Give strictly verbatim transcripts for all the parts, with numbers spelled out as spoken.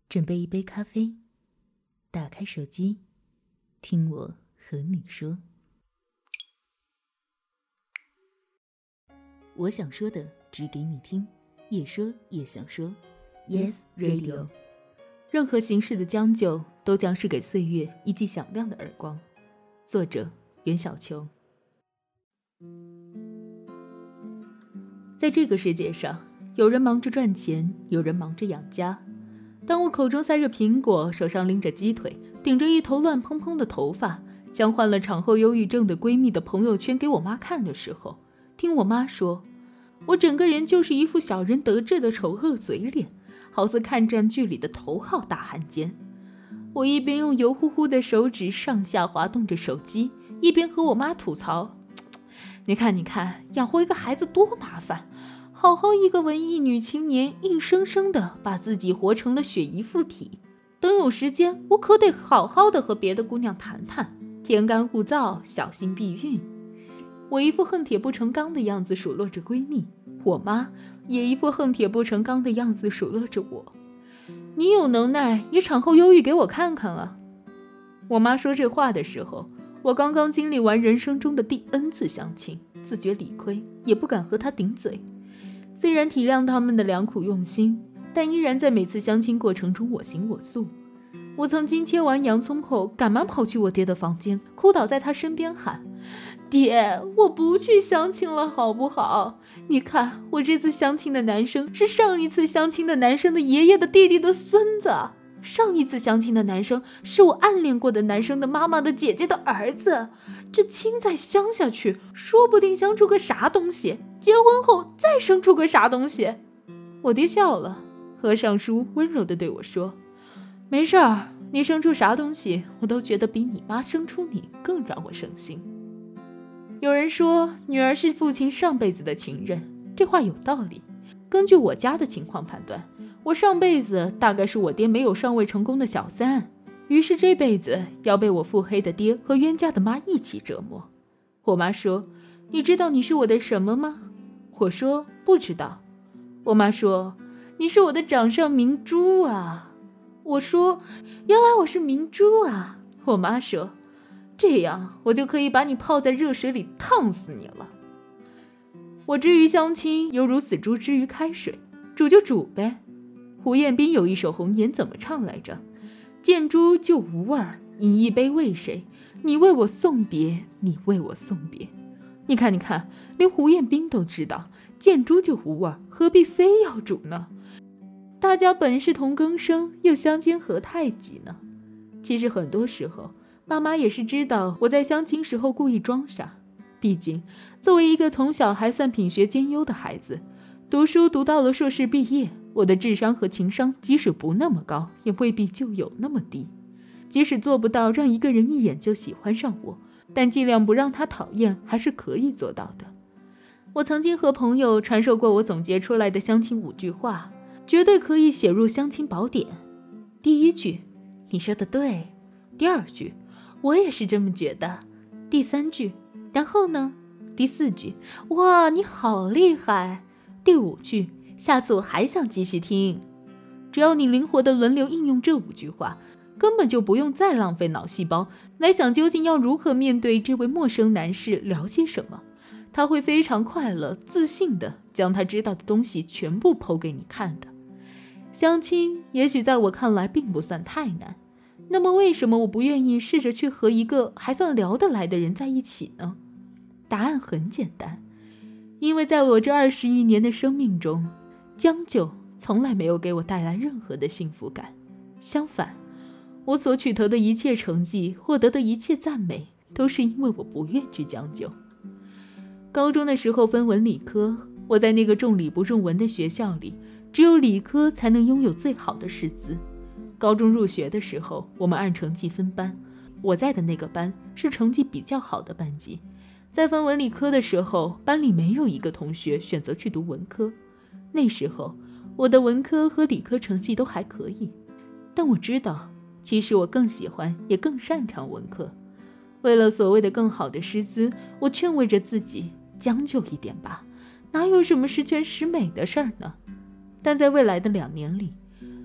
准备一杯咖啡，打开手机，听我和你说。我想说的只给你听，也说也想说。 Yes Radio。 任何形式的将就都将是给岁月一记响亮的耳光。作者袁小球。在这个世界上，有人忙着赚钱，有人忙着养家。当我口中塞着苹果，手上拎着鸡腿，顶着一头乱蓬蓬的头发，将患了产后忧郁症的闺蜜的朋友圈给我妈看的时候，听我妈说，我整个人就是一副小人得志的丑恶嘴脸，好似抗战剧里的头号大汉奸。我一边用油乎乎的手指上下滑动着手机，一边和我妈吐槽，你看你看，养活一个孩子多麻烦，好好一个文艺女青年，硬生生的把自己活成了雪姨附体。等有时间，我可得好好的和别的姑娘谈谈，天干物燥，小心避孕。我一副恨铁不成钢的样子数落着闺蜜，我妈也一副恨铁不成钢的样子数落着我。你有能耐也产后忧郁给我看看啊！我妈说这话的时候，我刚刚经历完人生中的第 N 次相亲，自觉理亏，也不敢和她顶嘴。虽然体谅他们的良苦用心，但依然在每次相亲过程中我行我素。我曾经切完洋葱后，赶忙跑去我爹的房间，哭倒在他身边喊，爹，我不去相亲了好不好？你看我这次相亲的男生是上一次相亲的男生的爷爷的弟弟的孙子，上一次相亲的男生是我暗恋过的男生的妈妈的姐姐的儿子，这亲再相下去，说不定相出个啥东西，结婚后再生出个啥东西。我爹笑了，合上书温柔地对我说，没事儿，你生出啥东西，我都觉得比你妈生出你更让我省心。有人说女儿是父亲上辈子的情人，这话有道理。根据我家的情况判断，我上辈子大概是我爹没有上位成功的小三，于是这辈子要被我腹黑的爹和冤家的妈一起折磨。我妈说，你知道你是我的什么吗？我说不知道。我妈说，你是我的掌上明珠啊。我说，原来我是明珠啊。我妈说，这样我就可以把你泡在热水里烫死你了。我之于相亲犹如死猪之于开水，煮就煮呗。胡彦斌有一首红颜怎么唱来着？见猪就无味儿，饮一杯为谁？你为我送别，你为我送别。你看你看，连胡彦斌都知道见猪就无味儿，何必非要煮呢？大家本是同根生，又相煎何太急呢？其实很多时候爸妈也是知道我在相亲时候故意装傻，毕竟作为一个从小还算品学兼优的孩子，读书读到了硕士毕业，我的智商和情商即使不那么高，也未必就有那么低。即使做不到让一个人一眼就喜欢上我，但尽量不让他讨厌还是可以做到的。我曾经和朋友传授过我总结出来的相亲五句话，绝对可以写入相亲宝典。第一句，你说的对。第二句，我也是这么觉得。第三句，然后呢？第四句，哇，你好厉害。第五句，下次我还想继续听。只要你灵活地轮流应用这五句话，根本就不用再浪费脑细胞来想究竟要如何面对这位陌生男士聊些什么。他会非常快乐自信地将他知道的东西全部剖给你看的。相亲也许在我看来并不算太难，那么为什么我不愿意试着去和一个还算聊得来的人在一起呢？答案很简单，因为在我这二十余年的生命中，将就从来没有给我带来任何的幸福感。相反，我所取得的一切成绩，获得的一切赞美，都是因为我不愿去将就。高中的时候分文理科，我在那个重理不重文的学校里，只有理科才能拥有最好的师资。高中入学的时候，我们按成绩分班，我在的那个班是成绩比较好的班级。在分文理科的时候，班里没有一个同学选择去读文科。那时候我的文科和理科成绩都还可以，但我知道其实我更喜欢也更擅长文科。为了所谓的更好的师资，我劝慰着自己将就一点吧，哪有什么十全十美的事儿呢？但在未来的两年里，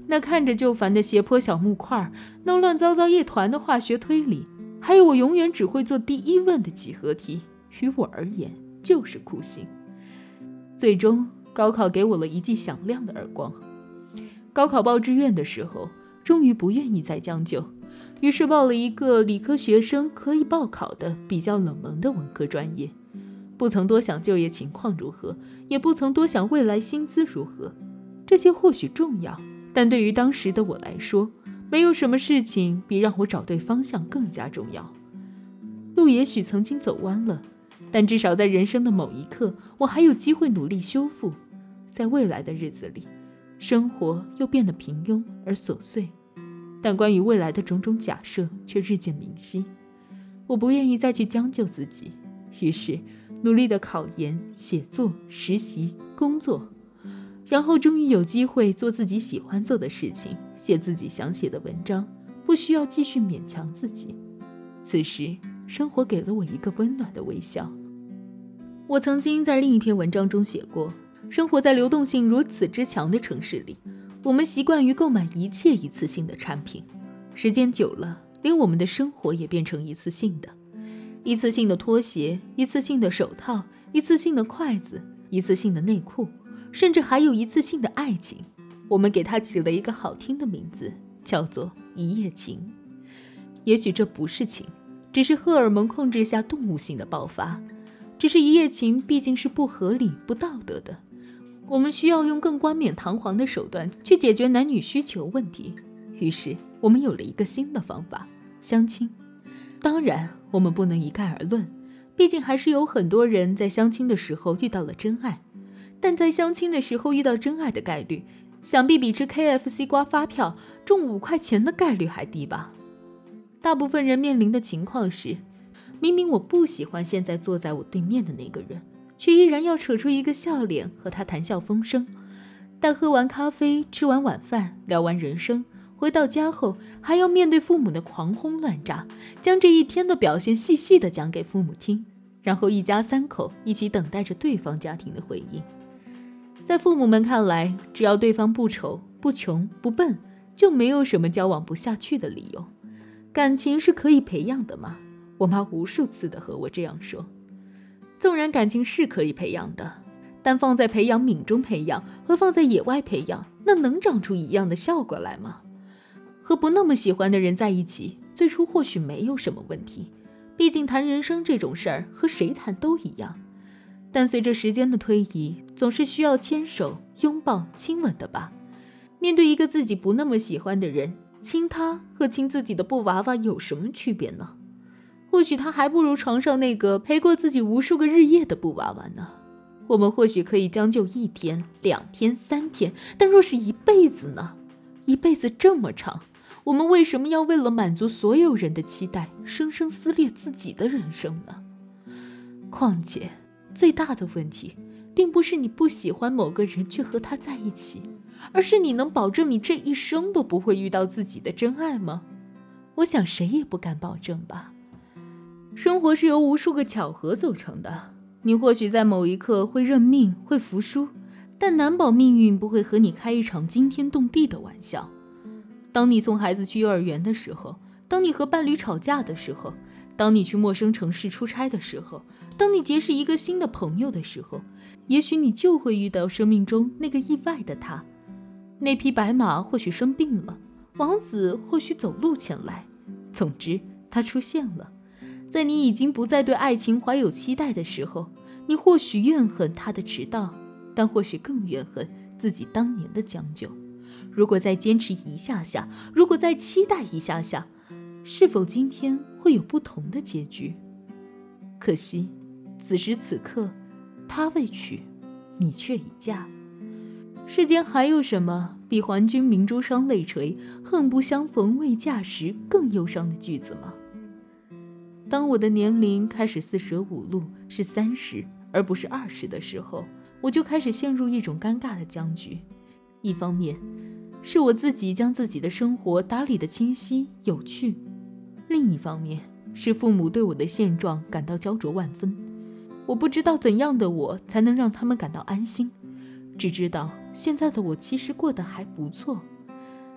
那看着就烦的斜坡小木块，那乱糟糟一团的化学推理，还有我永远只会做第一问的几何题，于我而言就是酷刑。最终高考给我了一记响亮的耳光。高考报志愿的时候，终于不愿意再将就，于是报了一个理科学生可以报考的比较冷门的文科专业，不曾多想就业情况如何，也不曾多想未来薪资如何。这些或许重要，但对于当时的我来说，没有什么事情比让我找对方向更加重要。路也许曾经走弯了，但至少在人生的某一刻，我还有机会努力修复。在未来的日子里，生活又变得平庸而琐碎，但关于未来的种种假设却日渐明晰。我不愿意再去将就自己，于是努力的考研、写作、实习、工作，然后终于有机会做自己喜欢做的事情，写自己想写的文章，不需要继续勉强自己。此时，生活给了我一个温暖的微笑。我曾经在另一篇文章中写过，生活在流动性如此之强的城市里，我们习惯于购买一切一次性的产品，时间久了，连我们的生活也变成一次性的。一次性的拖鞋，一次性的手套，一次性的筷子，一次性的内裤，甚至还有一次性的爱情。我们给它起了一个好听的名字，叫做一夜情。也许这不是情，只是荷尔蒙控制下动物性的爆发。只是一夜情毕竟是不合理、不道德的，我们需要用更冠冕堂皇的手段去解决男女需求问题。于是我们有了一个新的方法，相亲。当然我们不能一概而论，毕竟还是有很多人在相亲的时候遇到了真爱，但在相亲的时候遇到真爱的概率，想必比吃 K F C 刮发票中五块钱的概率还低吧。大部分人面临的情况是，明明我不喜欢现在坐在我对面的那个人，却依然要扯出一个笑脸和他谈笑风生。但喝完咖啡，吃完晚饭，聊完人生，回到家后还要面对父母的狂轰乱炸，将这一天的表现细细地讲给父母听，然后一家三口一起等待着对方家庭的回应。在父母们看来，只要对方不丑、不穷、不笨，就没有什么交往不下去的理由。感情是可以培养的吗？我妈无数次地和我这样说。纵然感情是可以培养的，但放在培养皿中培养和放在野外培养，那能长出一样的效果来吗？和不那么喜欢的人在一起，最初或许没有什么问题，毕竟谈人生这种事儿和谁谈都一样。但随着时间的推移，总是需要牵手、拥抱、亲吻的吧。面对一个自己不那么喜欢的人，亲他和亲自己的布娃娃有什么区别呢？或许他还不如床上那个陪过自己无数个日夜的布娃娃呢。我们或许可以将就一天、两天、三天，但若是一辈子呢？一辈子这么长，我们为什么要为了满足所有人的期待，生生撕裂自己的人生呢？况且，最大的问题，并不是你不喜欢某个人却和他在一起，而是你能保证你这一生都不会遇到自己的真爱吗？我想谁也不敢保证吧。生活是由无数个巧合组成的，你或许在某一刻会认命，会服输，但难保命运不会和你开一场惊天动地的玩笑。当你送孩子去幼儿园的时候，当你和伴侣吵架的时候，当你去陌生城市出差的时候，当你结识一个新的朋友的时候，也许你就会遇到生命中那个意外的他。那匹白马或许生病了，王子或许走路前来，总之他出现了。在你已经不再对爱情怀有期待的时候，你或许怨恨他的迟到，但或许更怨恨自己当年的将就。如果再坚持一下下，如果再期待一下下，是否今天会有不同的结局？可惜，此时此刻，他未娶，你却已嫁。世间还有什么比还君明珠双泪垂，恨不相逢未嫁时更忧伤的句子吗？当我的年龄开始四舍五入是三十而不是二十的时候，我就开始陷入一种尴尬的僵局。一方面是我自己将自己的生活打理得清晰有趣，另一方面是父母对我的现状感到焦灼万分。我不知道怎样的我才能让他们感到安心，只知道现在的我其实过得还不错。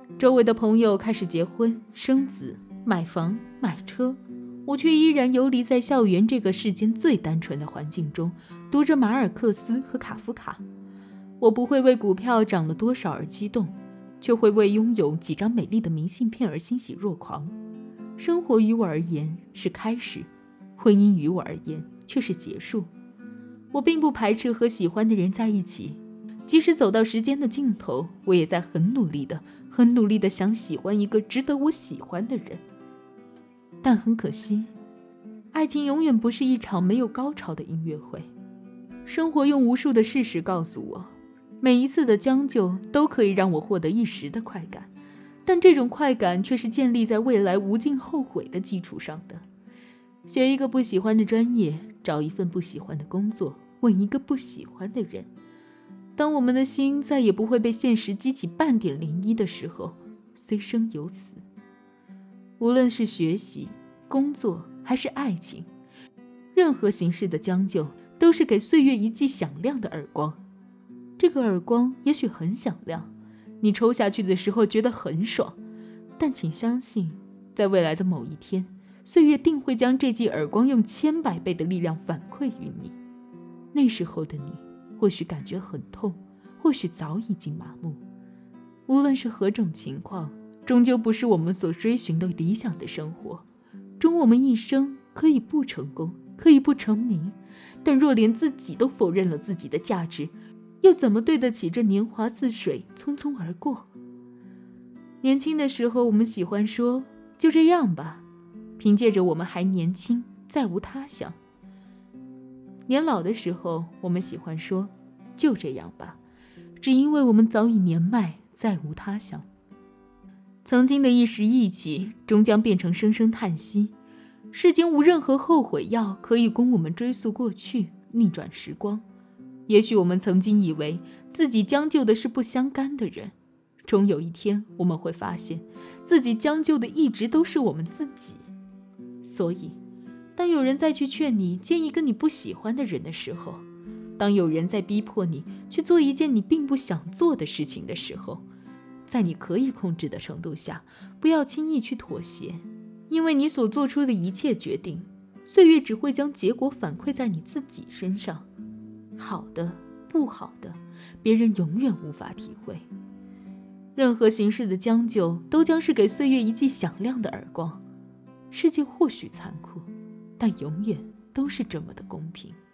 周围的朋友开始结婚、生子、买房、买车，我却依然游离在校园这个世间最单纯的环境中，读着马尔克斯和卡夫卡。我不会为股票涨了多少而激动，却会为拥有几张美丽的明信片而欣喜若狂。生活于我而言是开始，婚姻于我而言却是结束。我并不排斥和喜欢的人在一起，即使走到时间的尽头，我也在很努力的、很努力的想喜欢一个值得我喜欢的人。但很可惜，爱情永远不是一场没有高潮的音乐会。生活用无数的事实告诉我，每一次的将就都可以让我获得一时的快感，但这种快感却是建立在未来无尽后悔的基础上的。学一个不喜欢的专业，找一份不喜欢的工作，吻一个不喜欢的人。当我们的心再也不会被现实激起半点涟漪的时候，虽生有死。无论是学习、工作还是爱情，任何形式的将就都是给岁月一记响亮的耳光。这个耳光也许很响亮，你抽下去的时候觉得很爽，但请相信，在未来的某一天，岁月定会将这记耳光用千百倍的力量反馈于你。那时候的你或许感觉很痛，或许早已经麻木。无论是何种情况，终究不是我们所追寻的理想的生活。终我们一生可以不成功，可以不成名，但若连自己都否认了自己的价值，又怎么对得起这年华似水，匆匆而过？年轻的时候，我们喜欢说就这样吧，凭借着我们还年轻，再无他想。年老的时候，我们喜欢说就这样吧，只因为我们早已年迈，再无他想。曾经的一时义气，终将变成声声叹息。世间无任何后悔药可以供我们追溯过去，逆转时光。也许我们曾经以为自己将就的是不相干的人，终有一天我们会发现，自己将就的一直都是我们自己。所以，当有人再去劝你见一个你不喜欢的人的时候，当有人在逼迫你去做一件你并不想做的事情的时候，在你可以控制的程度下，不要轻易去妥协，因为你所做出的一切决定，岁月只会将结果反馈在你自己身上。好的，不好的，别人永远无法体会。任何形式的将就，都将是给岁月一记响亮的耳光。世界或许残酷，但永远都是这么的公平。